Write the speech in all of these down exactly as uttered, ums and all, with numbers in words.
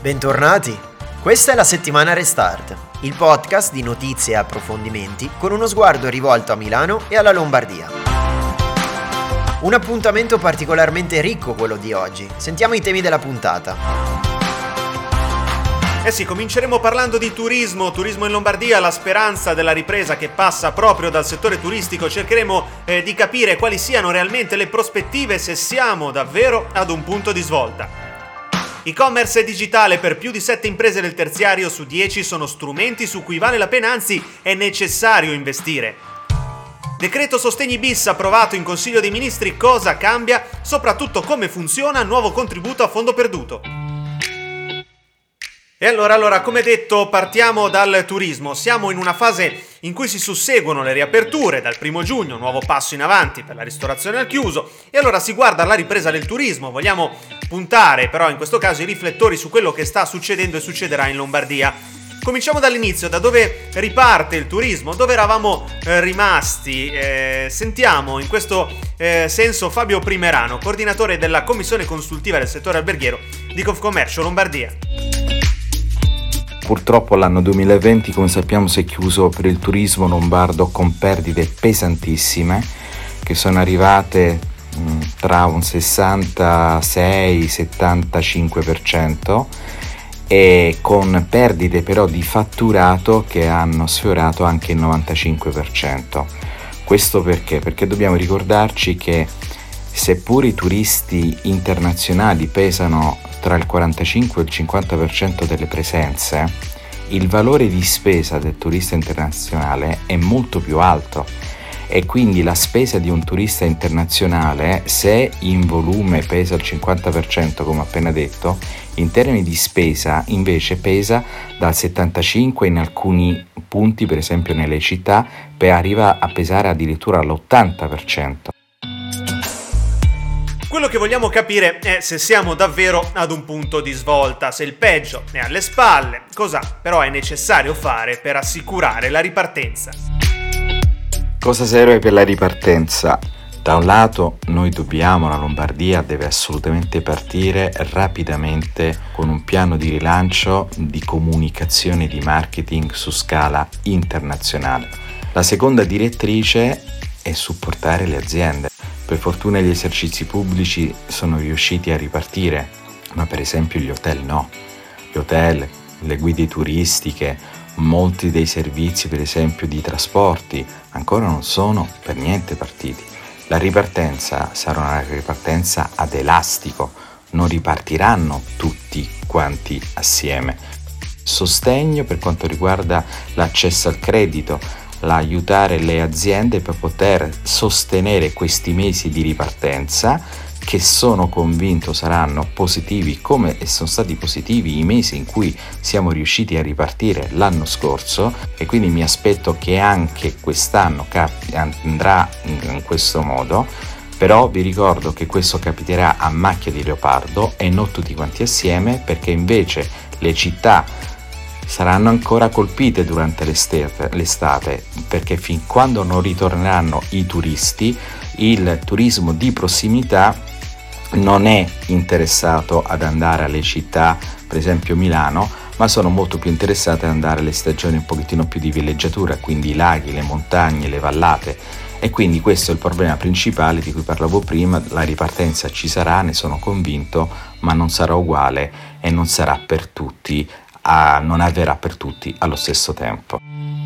Bentornati! Questa è la settimana Restart, il podcast di notizie e approfondimenti con uno sguardo rivolto a Milano e alla Lombardia. Un appuntamento particolarmente ricco quello di oggi. Sentiamo i temi della puntata. Eh sì, cominceremo parlando di turismo, turismo in Lombardia, la speranza della ripresa che passa proprio dal settore turistico. Cercheremo eh, di capire quali siano realmente le prospettive, se siamo davvero ad un punto di svolta. E-commerce e digitale: per più di sette imprese del terziario su dieci sono strumenti su cui vale la pena, anzi è necessario investire. Decreto sostegni bis approvato in Consiglio dei Ministri, cosa cambia? Soprattutto come funziona il nuovo contributo a fondo perduto. E allora, allora, come detto, partiamo dal turismo. Siamo in una fase in cui si susseguono le riaperture, dal primo giugno, nuovo passo in avanti per la ristorazione al chiuso, e allora si guarda alla ripresa del turismo. Vogliamo puntare però in questo caso i riflettori su quello che sta succedendo e succederà in Lombardia. Cominciamo dall'inizio, da dove riparte il turismo, dove eravamo eh, rimasti. Eh, sentiamo in questo eh, senso Fabio Primerano, coordinatore della commissione consultiva del settore alberghiero di Confcommercio Lombardia. Purtroppo l'anno duemilaventi, come sappiamo, si è chiuso per il turismo lombardo con perdite pesantissime che sono arrivate mh, tra un sessantasei settantacinque per cento e con perdite però di fatturato che hanno sfiorato anche il novantacinque per cento. Questo perché? Perché dobbiamo ricordarci che seppur i turisti internazionali pesano tra il quarantacinque e il cinquanta per cento delle presenze, il valore di spesa del turista internazionale è molto più alto e quindi la spesa di un turista internazionale, se in volume pesa il cinquanta per cento come appena detto, in termini di spesa invece pesa dal settantacinque per cento, in alcuni punti, per esempio nelle città, arriva a pesare addirittura all'ottanta per cento. Quello che vogliamo capire è se siamo davvero ad un punto di svolta, se il peggio è alle spalle, cosa però è necessario fare per assicurare la ripartenza. Cosa serve per la ripartenza? Da un lato noi dobbiamo, la Lombardia deve assolutamente partire rapidamente con un piano di rilancio, di comunicazione e di marketing su scala internazionale. La seconda direttrice è supportare le aziende. Per fortuna gli esercizi pubblici sono riusciti a ripartire, ma per esempio gli hotel no. Gli hotel, le guide turistiche, molti dei servizi per esempio di trasporti ancora non sono per niente partiti. La ripartenza sarà una ripartenza ad elastico, non ripartiranno tutti quanti assieme. Sostegno per quanto riguarda l'accesso al credito, l'aiutare le aziende per poter sostenere questi mesi di ripartenza che sono convinto saranno positivi, come sono stati positivi i mesi in cui siamo riusciti a ripartire l'anno scorso, e quindi mi aspetto che anche quest'anno cap- andrà in questo modo. Però vi ricordo che questo capiterà a macchia di leopardo e non tutti quanti assieme, perché invece le città saranno ancora colpite durante l'estate, l'estate, perché fin quando non ritorneranno i turisti, il turismo di prossimità non è interessato ad andare alle città, per esempio Milano, ma sono molto più interessate ad andare alle stagioni un pochettino più di villeggiatura, quindi i laghi, le montagne, le vallate. E quindi questo è il problema principale di cui parlavo prima. La ripartenza ci sarà, ne sono convinto, ma non sarà uguale e non sarà per tutti. A non avverrà per tutti allo stesso tempo.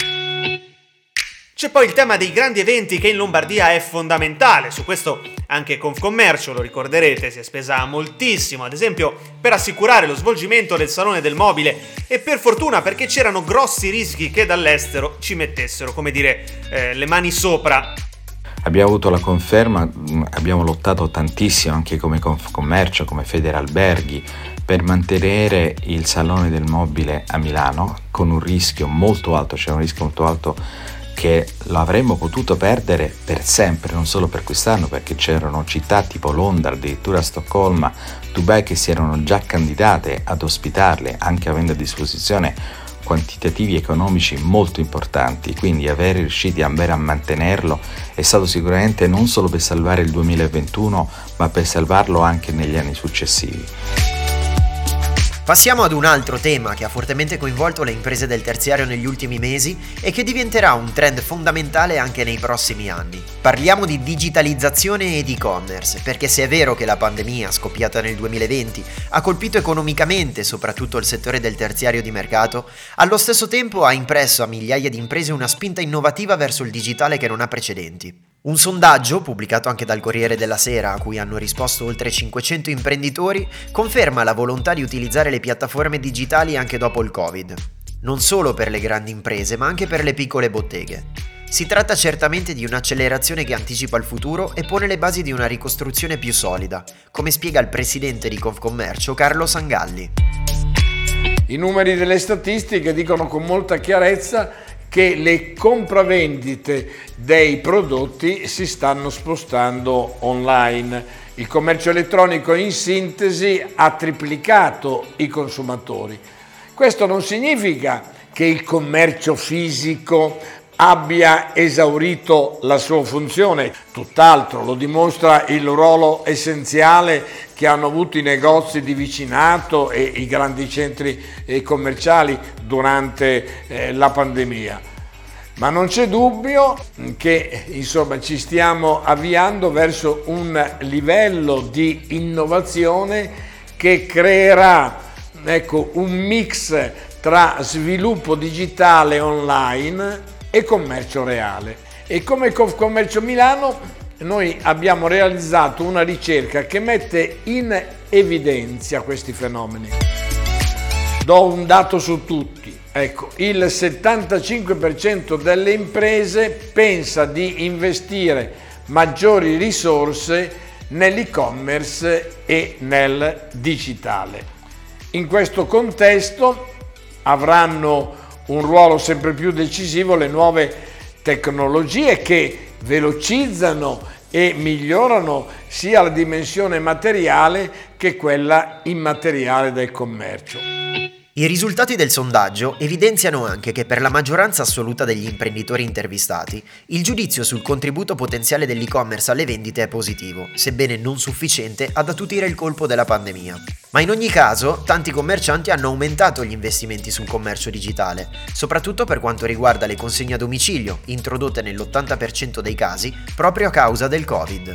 C'è poi il tema dei grandi eventi che in Lombardia è fondamentale. Su questo anche Confcommercio, lo ricorderete, si è spesa moltissimo, ad esempio per assicurare lo svolgimento del Salone del Mobile, e per fortuna, perché c'erano grossi rischi che dall'estero ci mettessero, come dire, eh, le mani sopra. Abbiamo avuto la conferma, abbiamo lottato tantissimo anche come Confcommercio, come Federalberghi, per mantenere il Salone del Mobile a Milano con un rischio molto alto, c'era un rischio molto alto che lo avremmo potuto perdere per sempre, non solo per quest'anno, perché c'erano città tipo Londra, addirittura Stoccolma, Dubai, che si erano già candidate ad ospitarle, anche avendo a disposizione quantitativi economici molto importanti. Quindi aver riusciti a mantenerlo è stato sicuramente non solo per salvare il duemilaventuno, ma per salvarlo anche negli anni successivi. Passiamo ad un altro tema che ha fortemente coinvolto le imprese del terziario negli ultimi mesi e che diventerà un trend fondamentale anche nei prossimi anni. Parliamo di digitalizzazione ed e-commerce, perché se è vero che la pandemia, scoppiata nel duemilaventi, ha colpito economicamente soprattutto il settore del terziario di mercato, allo stesso tempo ha impresso a migliaia di imprese una spinta innovativa verso il digitale che non ha precedenti. Un sondaggio, pubblicato anche dal Corriere della Sera, a cui hanno risposto oltre cinquecento imprenditori, conferma la volontà di utilizzare le piattaforme digitali anche dopo il Covid. Non solo per le grandi imprese, ma anche per le piccole botteghe. Si tratta certamente di un'accelerazione che anticipa il futuro e pone le basi di una ricostruzione più solida, come spiega il presidente di Confcommercio Carlo Sangalli. I numeri delle statistiche dicono con molta chiarezza che le compravendite dei prodotti si stanno spostando online. Il commercio elettronico, in sintesi, ha triplicato i consumatori. Questo non significa che il commercio fisico abbia esaurito la sua funzione, tutt'altro, lo dimostra il ruolo essenziale che hanno avuto i negozi di vicinato e i grandi centri commerciali durante eh, la pandemia. Ma non c'è dubbio che insomma ci stiamo avviando verso un livello di innovazione che creerà ecco, un mix tra sviluppo digitale online e commercio reale. E come Confcommercio Milano noi abbiamo realizzato una ricerca che mette in evidenza questi fenomeni. Do un dato su tutti. Ecco, il settantacinque per cento delle imprese pensa di investire maggiori risorse nell'e-commerce e nel digitale. In questo contesto avranno un ruolo sempre più decisivo le nuove tecnologie che velocizzano e migliorano sia la dimensione materiale che quella immateriale del commercio. I risultati del sondaggio evidenziano anche che per la maggioranza assoluta degli imprenditori intervistati il giudizio sul contributo potenziale dell'e-commerce alle vendite è positivo, sebbene non sufficiente ad attutire il colpo della pandemia. Ma in ogni caso, tanti commercianti hanno aumentato gli investimenti sul commercio digitale, soprattutto per quanto riguarda le consegne a domicilio, introdotte nell'ottanta per cento dei casi proprio a causa del Covid.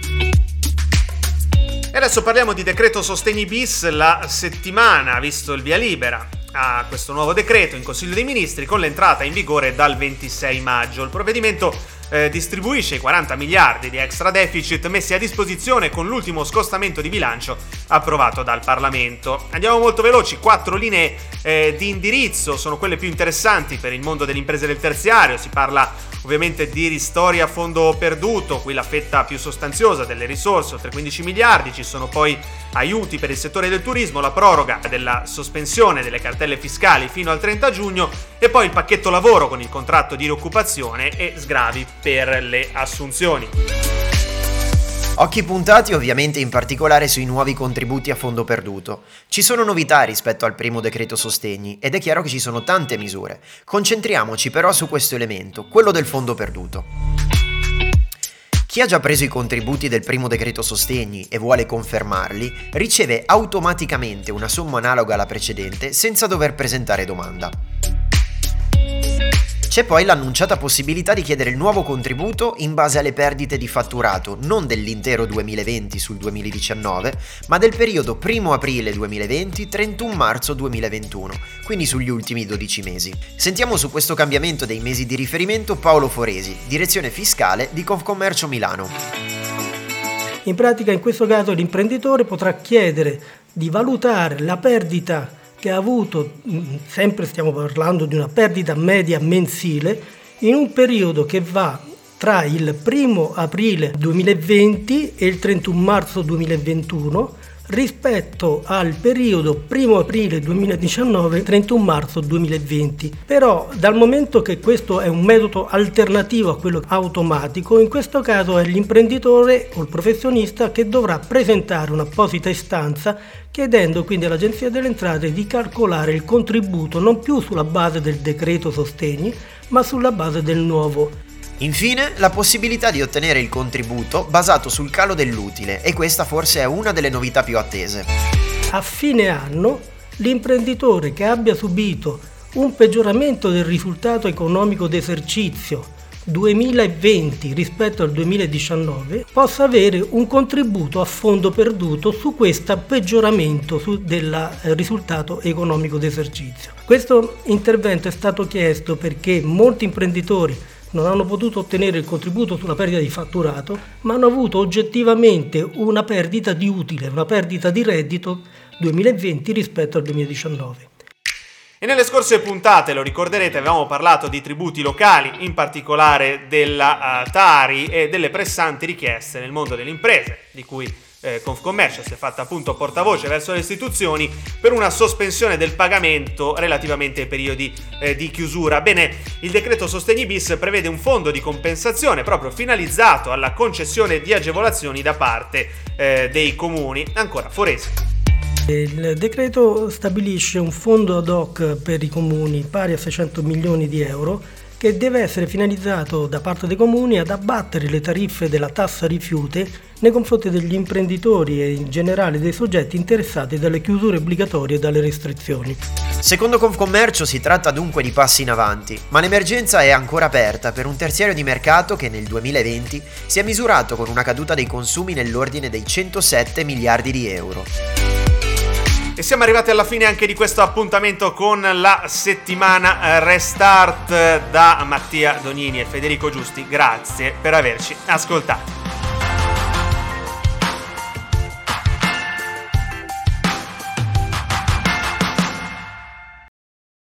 E adesso parliamo di decreto sostegni bis. La settimana ha visto il via libera a questo nuovo decreto in Consiglio dei Ministri con l'entrata in vigore dal ventisei maggio. Il provvedimento eh, distribuisce i quaranta miliardi di extra deficit messi a disposizione con l'ultimo scostamento di bilancio approvato dal Parlamento. Andiamo molto veloci, quattro linee eh, di indirizzo sono quelle più interessanti per il mondo delle imprese del terziario. Si parla ovviamente di ristori a fondo perduto, qui la fetta più sostanziosa delle risorse, oltre quindici miliardi, ci sono poi aiuti per il settore del turismo, la proroga della sospensione delle cartelle fiscali fino al trenta giugno e poi il pacchetto lavoro con il contratto di rioccupazione e sgravi per le assunzioni. Occhi puntati ovviamente in particolare sui nuovi contributi a fondo perduto. Ci sono novità rispetto al primo decreto sostegni ed è chiaro che ci sono tante misure. Concentriamoci però su questo elemento, quello del fondo perduto. Chi ha già preso i contributi del primo decreto sostegni e vuole confermarli, riceve automaticamente una somma analoga alla precedente senza dover presentare domanda. C'è poi l'annunciata possibilità di chiedere il nuovo contributo in base alle perdite di fatturato non dell'intero duemilaventi sul duemiladiciannove, ma del periodo primo aprile duemilaventi - trentuno marzo duemilaventuno, quindi sugli ultimi dodici mesi. Sentiamo su questo cambiamento dei mesi di riferimento Paolo Foresi, direzione fiscale di Confcommercio Milano. In pratica, in questo caso l'imprenditore potrà chiedere di valutare la perdita che ha avuto, sempre stiamo parlando di una perdita media mensile, in un periodo che va tra il primo aprile duemilaventi e il trentuno marzo duemilaventuno rispetto al periodo primo aprile duemiladiciannove trentuno marzo duemilaventi. Però dal momento che questo è un metodo alternativo a quello automatico, in questo caso è l'imprenditore o il professionista che dovrà presentare un'apposita istanza chiedendo quindi all'Agenzia delle Entrate di calcolare il contributo non più sulla base del decreto sostegni, ma sulla base del nuovo. Infine, la possibilità di ottenere il contributo basato sul calo dell'utile, e questa forse è una delle novità più attese. A fine anno l'imprenditore che abbia subito un peggioramento del risultato economico d'esercizio duemilaventi rispetto al duemiladiciannove possa avere un contributo a fondo perduto su questo peggioramento su del eh, risultato economico d'esercizio. Questo intervento è stato chiesto perché molti imprenditori non hanno potuto ottenere il contributo sulla perdita di fatturato, ma hanno avuto oggettivamente una perdita di utile, una perdita di reddito duemilaventi rispetto al duemiladiciannove. E nelle scorse puntate, lo ricorderete, avevamo parlato di tributi locali, in particolare della uh, Tari e delle pressanti richieste nel mondo delle imprese, di cui eh, Confcommercio si è fatta appunto portavoce verso le istituzioni per una sospensione del pagamento relativamente ai periodi eh, di chiusura. Bene, il decreto Sostegni bis prevede un fondo di compensazione proprio finalizzato alla concessione di agevolazioni da parte eh, dei comuni. Ancora, Foresi. Il decreto stabilisce un fondo ad hoc per i comuni pari a seicento milioni di euro che deve essere finalizzato da parte dei comuni ad abbattere le tariffe della tassa rifiuti nei confronti degli imprenditori e in generale dei soggetti interessati dalle chiusure obbligatorie e dalle restrizioni. Secondo Confcommercio si tratta dunque di passi in avanti, ma l'emergenza è ancora aperta per un terziario di mercato che nel duemilaventi si è misurato con una caduta dei consumi nell'ordine dei centosette miliardi di euro. E siamo arrivati alla fine anche di questo appuntamento con la settimana Restart da Mattia Donini e Federico Giusti. Grazie per averci ascoltati.